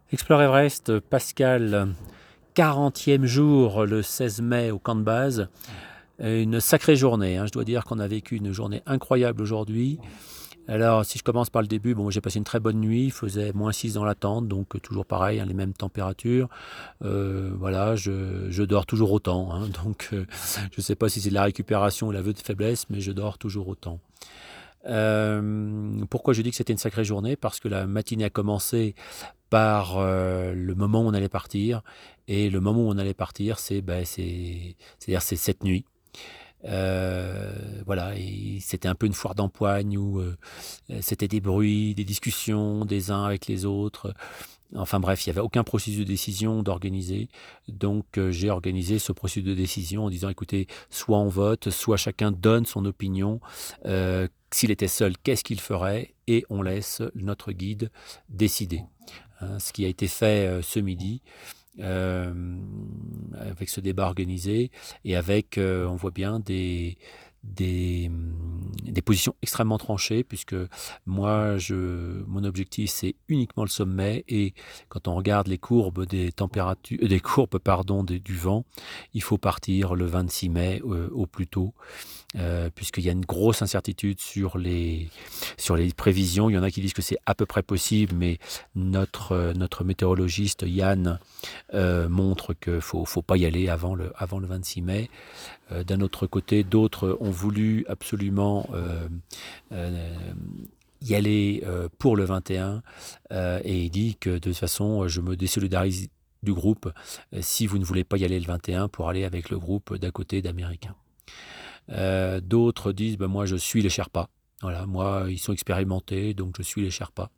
Explore Everest, Pascal, 40e jour le 16 mai au camp de base. Une sacrée journée, hein. Je dois dire qu'on a vécu une journée incroyable aujourd'hui. Alors, si je commence par le début, bon, j'ai passé une très bonne nuit, il faisait -6 dans la tente, donc toujours pareil, hein, les mêmes températures. Voilà, je dors toujours autant, hein, donc je ne sais pas si c'est de la récupération ou l'aveu de faiblesse, mais je dors toujours autant. Pourquoi je dis que c'était une sacrée journée? Parce que la matinée a commencé par le moment où on allait partir. Et le moment où on allait partir, c'est-à-dire c'est cette nuit. Voilà, et c'était un peu une foire d'empoigne où c'était des bruits, des discussions des uns avec les autres. Enfin bref, il n'y avait aucun processus de décision d'organiser. Donc j'ai organisé ce processus de décision en disant, écoutez, soit on vote, soit chacun donne son opinion. S'il était seul, qu'est-ce qu'il ferait? Et on laisse notre guide décider. Hein, ce qui a été fait ce midi, euh, avec ce débat organisé et avec, on voit bien, des positions extrêmement tranchées, puisque mon objectif, c'est uniquement le sommet. Et quand on regarde les courbes des températures, des courbes, pardon, du vent, il faut partir le 26 mai au plus tôt, puisqu'il y a une grosse incertitude sur les prévisions. Il y en a qui disent que c'est à peu près possible, mais notre météorologiste Yann montre qu'il ne faut pas y aller avant le 26 mai. D'un autre côté, d'autres ont voulu absolument euh, y aller pour le 21, et il dit que de toute façon, je me désolidarise du groupe si vous ne voulez pas y aller le 21 pour aller avec le groupe d'à côté d'Américains. D'autres disent, ben, moi je suis les Sherpas. Voilà, moi ils sont expérimentés, donc je suis les Sherpas.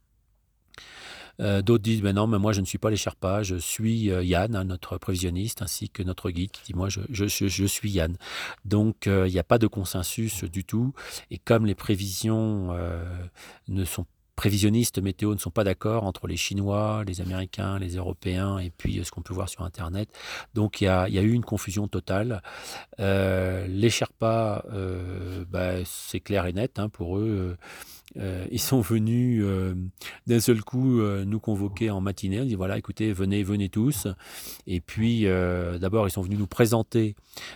D'autres disent, ben non, mais moi je ne suis pas les Sherpas, je suis Yann, hein, notre prévisionniste, ainsi que notre guide qui dit, moi je suis Yann. Donc il n'y a pas de consensus du tout. Et comme les prévisions ne sont prévisionnistes météo ne sont pas d'accord entre les Chinois, les Américains, les Européens et puis ce qu'on peut voir sur Internet. Donc il y a eu une confusion totale. Les Sherpas, bah, c'est clair et net, hein, pour eux. Ils sont venus d'un seul coup nous convoquer en matinée. Ils dit voilà, écoutez, venez tous. Et puis d'abord, ils sont venus nous présenter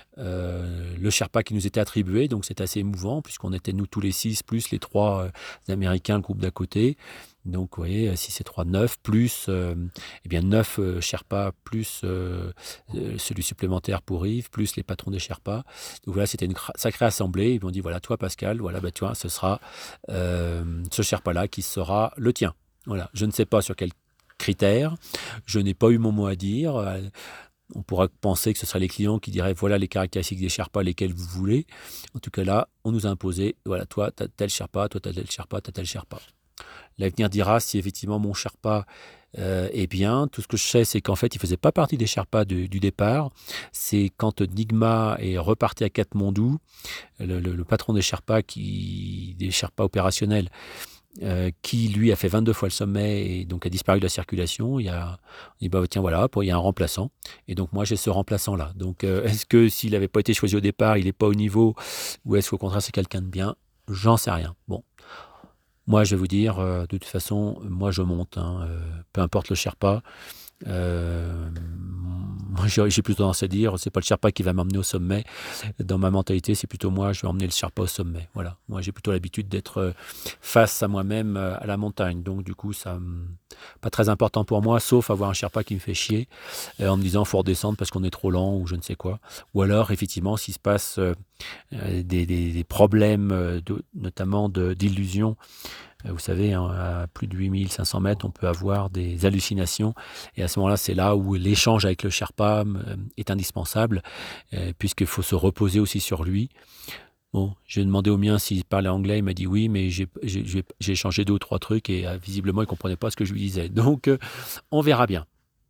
le Sherpa qui nous était attribué. Donc c'est assez émouvant puisqu'on était nous tous les 6 plus les 3 Américains, le groupe d'à côté. Donc vous voyez, 6 et 3, 9 plus eh bien 9 Sherpas plus celui supplémentaire pour Yves, plus les patrons des Sherpas. Donc voilà, c'était une sacrée assemblée. Ils m'ont dit voilà, toi Pascal, voilà, bah, tu vois, ce sera ce Sherpa-là qui sera le tien. Voilà, je ne sais pas sur quels critères, je n'ai pas eu mon mot à dire. On pourrait penser que ce seraient les clients qui diraient voilà les caractéristiques des Sherpas, lesquelles vous voulez. En tout cas là, on nous a imposé, voilà, toi tu as tel Sherpa, toi tu as tel Sherpa, tu as tel Sherpa. L'avenir dira si effectivement mon Sherpa est bien. Tout ce que je sais, c'est qu'en fait, il ne faisait pas partie des Sherpas du départ. C'est quand Nigma est reparti à Katmandou, le patron des Sherpas opérationnels, qui lui a fait 22 fois le sommet et donc a disparu de la circulation. On dit bah, tiens voilà, il y a un remplaçant. Et donc moi j'ai ce remplaçant-là. Donc est-ce que s'il n'avait pas été choisi au départ, il n'est pas au niveau, ou est-ce qu'au contraire c'est quelqu'un de bien? J'en sais rien. Bon, moi, je vais vous dire, de toute façon, moi, je monte, hein, peu importe le Sherpa. Moi, j'ai plutôt tendance à dire, c'est pas le Sherpa qui va m'emmener au sommet. Dans ma mentalité, c'est plutôt moi, je vais emmener le Sherpa au sommet. Voilà. Moi, j'ai plutôt l'habitude d'être face à moi-même, à la montagne. Donc, du coup, ça, pas très important pour moi, sauf avoir un Sherpa qui me fait chier, en me disant, faut redescendre parce qu'on est trop lent ou je ne sais quoi. Ou alors, effectivement, s'il se passe des problèmes, notamment d'illusion. Vous savez, hein, à plus de 8500 mètres, on peut avoir des hallucinations. Et à ce moment-là, c'est là où l'échange avec le Sherpa est indispensable, puisqu'il faut se reposer aussi sur lui. Bon, j'ai demandé au mien s'il parlait anglais, il m'a dit oui, mais j'ai changé 2 ou 3 trucs et visiblement, il ne comprenait pas ce que je lui disais. Donc, on verra bien.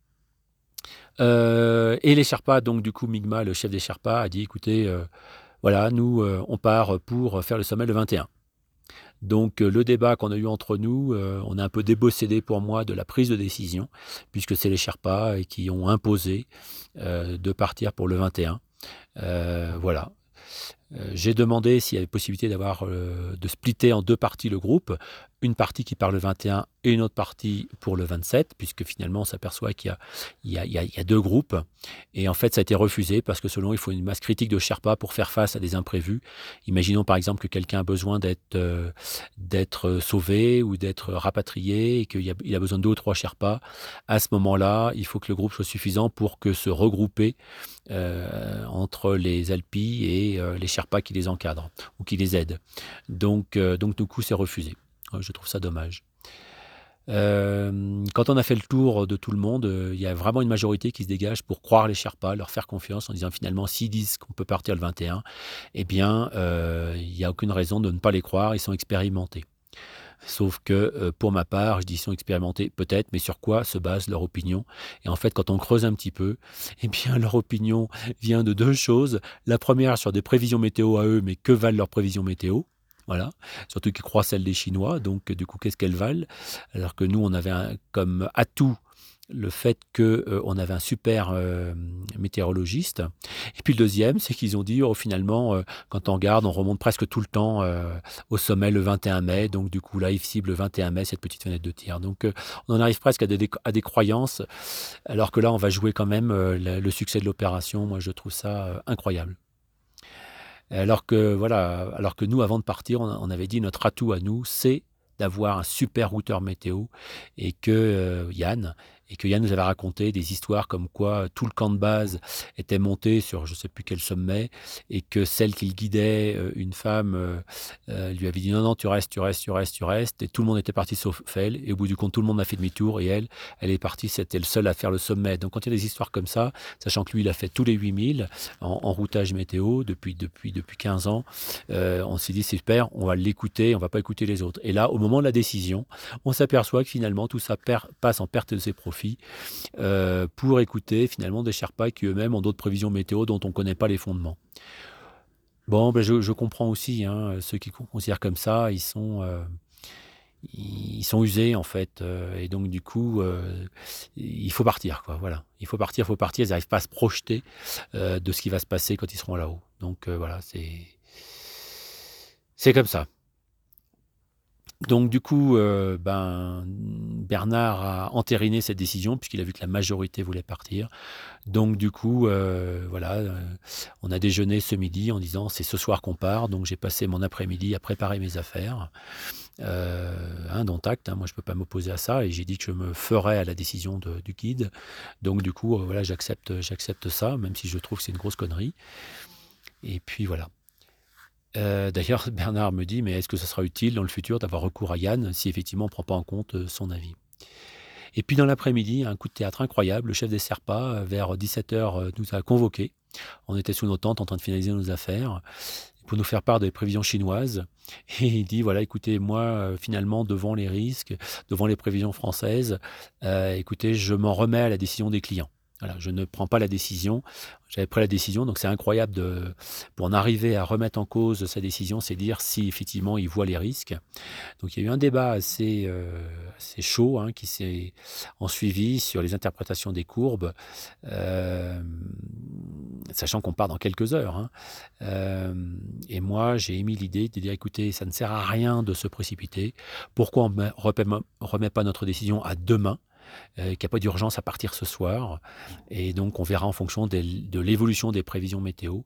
Et les Sherpas, donc du coup, Migma, le chef des Sherpas, a dit, écoutez, voilà, nous, on part pour faire le sommet le 21. Donc le débat qu'on a eu entre nous, on a un peu dépossédé pour moi de la prise de décision, puisque c'est les Sherpas qui ont imposé de partir pour le 21. Voilà. J'ai demandé s'il y avait possibilité de splitter en 2 parties le groupe. Une partie qui part le 21 et une autre partie pour le 27, puisque finalement on s'aperçoit qu'il y a 2 groupes. Et en fait, ça a été refusé parce que selon eux, il faut une masse critique de Sherpas pour faire face à des imprévus. Imaginons par exemple que quelqu'un a besoin d'être sauvé ou d'être rapatrié et qu'il a besoin de 2 ou 3 Sherpas. À ce moment-là, il faut que le groupe soit suffisant pour que se regrouper entre les Alpis et les Sherpas qui les encadrent ou qui les aident. Donc du coup, c'est refusé. Je trouve ça dommage. Quand on a fait le tour de tout le monde, il y a vraiment une majorité qui se dégage pour croire les Sherpas, leur faire confiance en disant finalement s'ils disent qu'on peut partir le 21, eh bien, il n'y a aucune raison de ne pas les croire, ils sont expérimentés. Sauf que pour ma part, je dis ils sont expérimentés peut-être, mais sur quoi se base leur opinion? Et en fait, quand on creuse un petit peu, eh bien leur opinion vient de 2 choses. La première sur des prévisions météo à eux, mais que valent leurs prévisions météo? Voilà, surtout qu'ils croient celles des Chinois, donc du coup, qu'est-ce qu'elles valent? Alors que nous, on avait comme atout le fait qu'on avait un super météorologiste. Et puis le deuxième, c'est qu'ils ont dit, oh, finalement, quand on regarde, on remonte presque tout le temps au sommet le 21 mai. Donc du coup, là, ils ciblent le 21 mai, cette petite fenêtre de tir. Donc on en arrive presque à des croyances, alors que là, on va jouer quand même le succès de l'opération. Moi, je trouve ça incroyable. Alors que nous, avant de partir, on avait dit notre atout à nous, c'est d'avoir un super routeur météo et que Yann nous avait raconté des histoires comme quoi tout le camp de base était monté sur je ne sais plus quel sommet et que celle qui le guidait, une femme, lui avait dit non, non, tu restes, tu restes, tu restes, tu restes. Et tout le monde était parti sauf elle. Et au bout du compte, tout le monde a fait demi-tour et elle est partie, c'était le seul à faire le sommet. Donc quand il y a des histoires comme ça, sachant que lui, il a fait tous les 8000 en routage météo depuis 15 ans, on s'est dit c'est super, on va l'écouter, on va pas écouter les autres. Et là, au moment de la décision, on s'aperçoit que finalement tout ça passe en perte de ses profits pour écouter finalement des Sherpas qui eux-mêmes ont d'autres prévisions météo dont on ne connaît pas les fondements. Bon, ben je comprends aussi, hein, ceux qui considèrent comme ça, ils sont usés en fait, et donc du coup, il faut partir, quoi. Voilà, il faut partir, faut partir. Ils n'arrivent pas à se projeter de ce qui va se passer quand ils seront là-haut. Donc voilà, c'est comme ça. Donc du coup, Bernard a entériné cette décision puisqu'il a vu que la majorité voulait partir. Donc du coup, voilà, on a déjeuné ce midi en disant c'est ce soir qu'on part. Donc j'ai passé mon après-midi à préparer mes affaires, dont acte. Moi, je ne peux pas m'opposer à ça et j'ai dit que je me ferais à la décision du guide. Donc du coup, voilà, j'accepte ça, même si je trouve que c'est une grosse connerie. Et puis voilà. D'ailleurs, Bernard me dit, mais est-ce que ça sera utile dans le futur d'avoir recours à Yann si effectivement on ne prend pas en compte son avis? Et puis dans l'après-midi, un coup de théâtre incroyable, le chef des Serpas, vers 17h, nous a convoqués. On était sous nos tentes en train de finaliser nos affaires pour nous faire part des prévisions chinoises. Et il dit, voilà, écoutez, moi, finalement, devant les risques, devant les prévisions françaises, écoutez, je m'en remets à la décision des clients. Voilà, je ne prends pas la décision. J'avais pris la décision, donc c'est incroyable pour en arriver à remettre en cause sa décision, c'est dire si effectivement il voit les risques. Donc il y a eu un débat assez chaud qui s'est en suivi sur les interprétations des courbes, sachant qu'on part dans quelques heures. Et moi, j'ai émis l'idée de dire, écoutez, ça ne sert à rien de se précipiter. Pourquoi on ne remet pas notre décision à demain? Qu'il n'y a pas d'urgence à partir ce soir. Et donc, on verra en fonction de l'évolution des prévisions météo.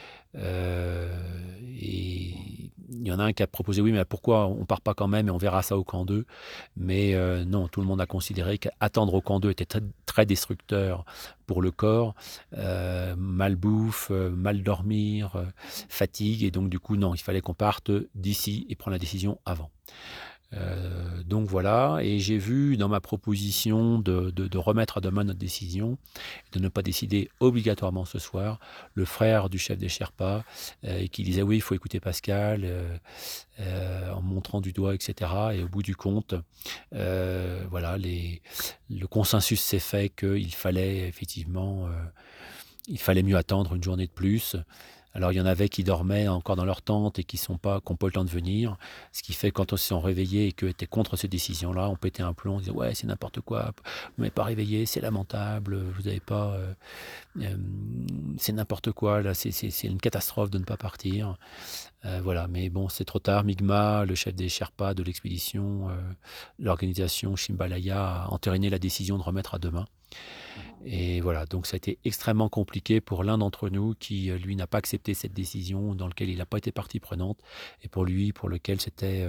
Et il y en a un qui a proposé, oui, mais pourquoi on ne part pas quand même et on verra ça au camp 2. Mais non, tout le monde a considéré qu'attendre au camp 2 était très, très destructeur pour le corps. Malbouffe, mal dormir, fatigue. Et donc, du coup, non, il fallait qu'on parte d'ici et prendre la décision avant. Donc voilà, et j'ai vu dans ma proposition de remettre à demain notre décision, de ne pas décider obligatoirement ce soir, le frère du chef des Sherpas qui disait oui, il faut écouter Pascal, en montrant du doigt, etc. Et au bout du compte, voilà, le consensus s'est fait qu'il fallait effectivement, il fallait mieux attendre une journée de plus. Alors il y en avait qui dormaient encore dans leur tente et qui n'ont pas le temps de venir. Ce qui fait quand on s'est réveillés et qu'eux étaient contre cette décision-là, on pétait un plomb, on disait ouais c'est n'importe quoi, vous m'avez pas réveillé, c'est lamentable, vous n'avez pas, c'est n'importe quoi là, c'est une catastrophe de ne pas partir. Voilà, mais bon c'est trop tard. Migma, le chef des Sherpas de l'expédition, l'organisation Shimbalaya a entériné la décision de remettre à demain. Et voilà, donc ça a été extrêmement compliqué pour l'un d'entre nous qui, lui, n'a pas accepté cette décision, dans laquelle il n'a pas été partie prenante, et pour lui, pour lequel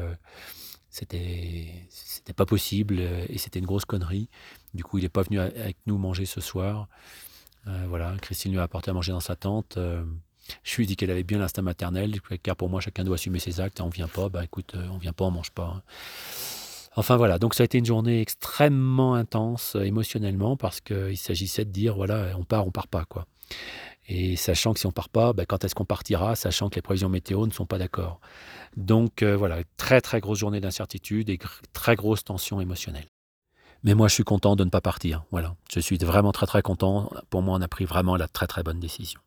c'était pas possible, et c'était une grosse connerie. Du coup, il n'est pas venu avec nous manger ce soir. Voilà, Christine lui a apporté à manger dans sa tente. Je lui ai dit qu'elle avait bien l'instinct maternel, car pour moi, chacun doit assumer ses actes. Et on vient pas, bah écoute, on vient pas, on mange pas, hein. Enfin voilà, donc ça a été une journée extrêmement intense émotionnellement parce qu'il s'agissait de dire voilà, on part pas quoi. Et sachant que si on part pas, bah, quand est-ce qu'on partira, sachant que les prévisions météo ne sont pas d'accord. Donc voilà, très très grosse journée d'incertitude et très grosse tension émotionnelle. Mais moi je suis content de ne pas partir, voilà. Je suis vraiment très très content. Pour moi on a pris vraiment la très très bonne décision.